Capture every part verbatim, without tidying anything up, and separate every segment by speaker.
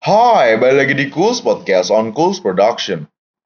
Speaker 1: Hai, balik lagi di Cools Podcast on Cools Production.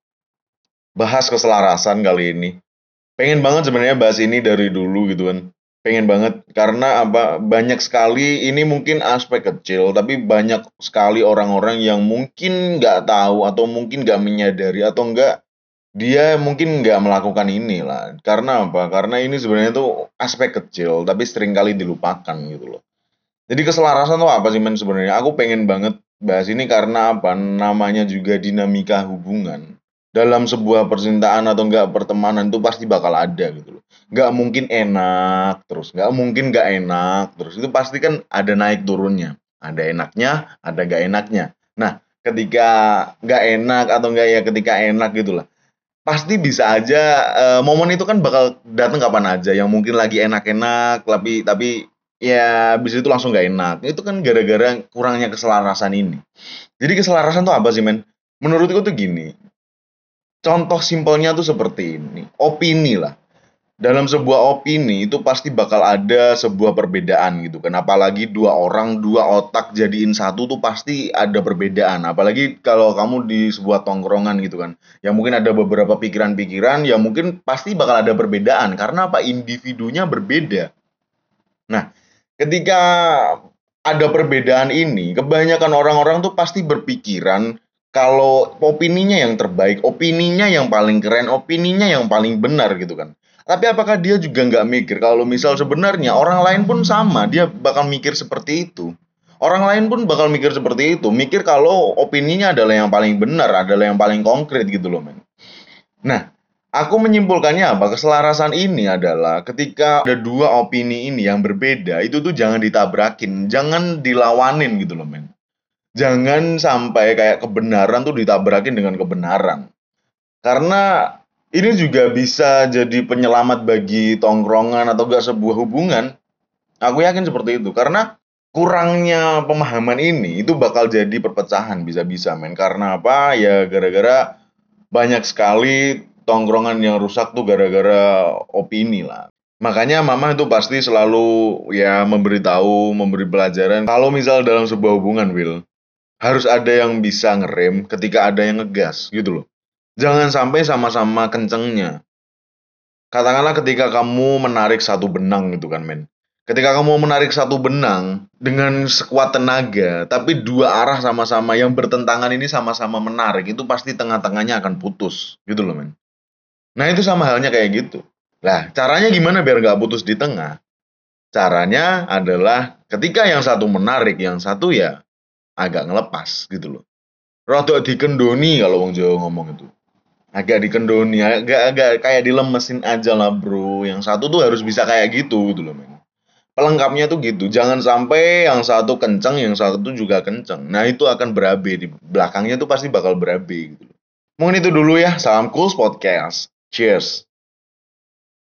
Speaker 1: Bahas keselarasan kali ini. Pengen banget sebenarnya bahas ini dari dulu gitu kan. Pengen banget karena apa? Banyak sekali ini mungkin aspek kecil, tapi banyak sekali orang-orang yang mungkin nggak tahu atau mungkin nggak menyadari atau enggak dia mungkin nggak melakukan ini lah. Karena apa? Karena ini sebenarnya tuh aspek kecil, tapi seringkali dilupakan gitu loh. Jadi keselarasan tuh apa sih men sebenarnya? Aku pengen banget bahas ini karena apa? Namanya juga dinamika hubungan. Dalam sebuah percintaan atau enggak pertemanan itu pasti bakal ada gitu loh. Nggak mungkin enak terus, nggak mungkin nggak enak terus. Itu pasti kan ada naik turunnya. Ada enaknya, ada nggak enaknya. Nah, ketika nggak enak atau enggak ya ketika enak gitu lah. Pasti bisa aja eh, momen itu kan bakal datang kapan aja. Yang mungkin lagi enak-enak, tapi tapi ya habis itu langsung nggak enak. Itu kan gara-gara kurangnya keselarasan ini. Jadi keselarasan tuh apa sih men? Menurutku tuh gini. Contoh simpelnya tuh seperti ini. Opini lah. Dalam sebuah opini itu pasti bakal ada sebuah perbedaan gitu kan. Apalagi dua orang, dua otak jadiin satu tuh pasti ada perbedaan. Apalagi kalau kamu di sebuah tongkrongan gitu kan. Ya mungkin ada beberapa pikiran-pikiran, ya mungkin pasti bakal ada perbedaan. Karena apa? Individunya berbeda. Nah, ketika ada perbedaan ini, kebanyakan orang-orang tuh pasti berpikiran kalau opininya yang terbaik, opininya yang paling keren, opininya yang paling benar gitu kan. Tapi apakah dia juga nggak mikir kalau misal sebenarnya orang lain pun sama, dia bakal mikir seperti itu. Orang lain pun bakal mikir seperti itu, mikir kalau opininya adalah yang paling benar, adalah yang paling konkret gitu loh, men. Nah, aku menyimpulkannya apa? Keselarasan ini adalah ketika ada dua opini ini yang berbeda, itu tuh jangan ditabrakin, jangan dilawanin gitu loh, men. Jangan sampai kayak kebenaran tuh ditabrakin dengan kebenaran. Karena ini juga bisa jadi penyelamat bagi tongkrongan atau gak sebuah hubungan. Aku yakin seperti itu. Karena kurangnya pemahaman ini itu bakal jadi perpecahan bisa-bisa, men. Karena apa? Ya gara-gara banyak sekali tongkrongan yang rusak tuh gara-gara opini lah. Makanya mama itu pasti selalu ya memberitahu, memberi pelajaran kalau misal dalam sebuah hubungan, Will, harus ada yang bisa ngerem ketika ada yang ngegas gitu loh. Jangan sampai sama-sama kencengnya. Katakanlah ketika kamu menarik satu benang gitu kan, men. Ketika kamu menarik satu benang dengan sekuat tenaga, tapi dua arah sama-sama yang bertentangan ini sama-sama menarik, itu pasti tengah-tengahnya akan putus, gitu loh, men. Nah, itu sama halnya kayak gitu. Lah, caranya gimana biar nggak putus di tengah? Caranya adalah ketika yang satu menarik, yang satu ya agak ngelepas, gitu loh. Rodok dikendoni kalau wong Jawa ngomong itu. Agak dikendoni, agak-agak kayak dilemesin aja lah bro. Yang satu tuh harus bisa kayak gitu gitu loh men. Pelengkapnya tuh gitu. Jangan sampai yang satu kenceng, yang satu tuh juga kenceng. Nah itu akan berabe di belakangnya tuh pasti bakal berabe gitu loh. Mungkin itu dulu ya. Salam Cool Podcast. Cheers.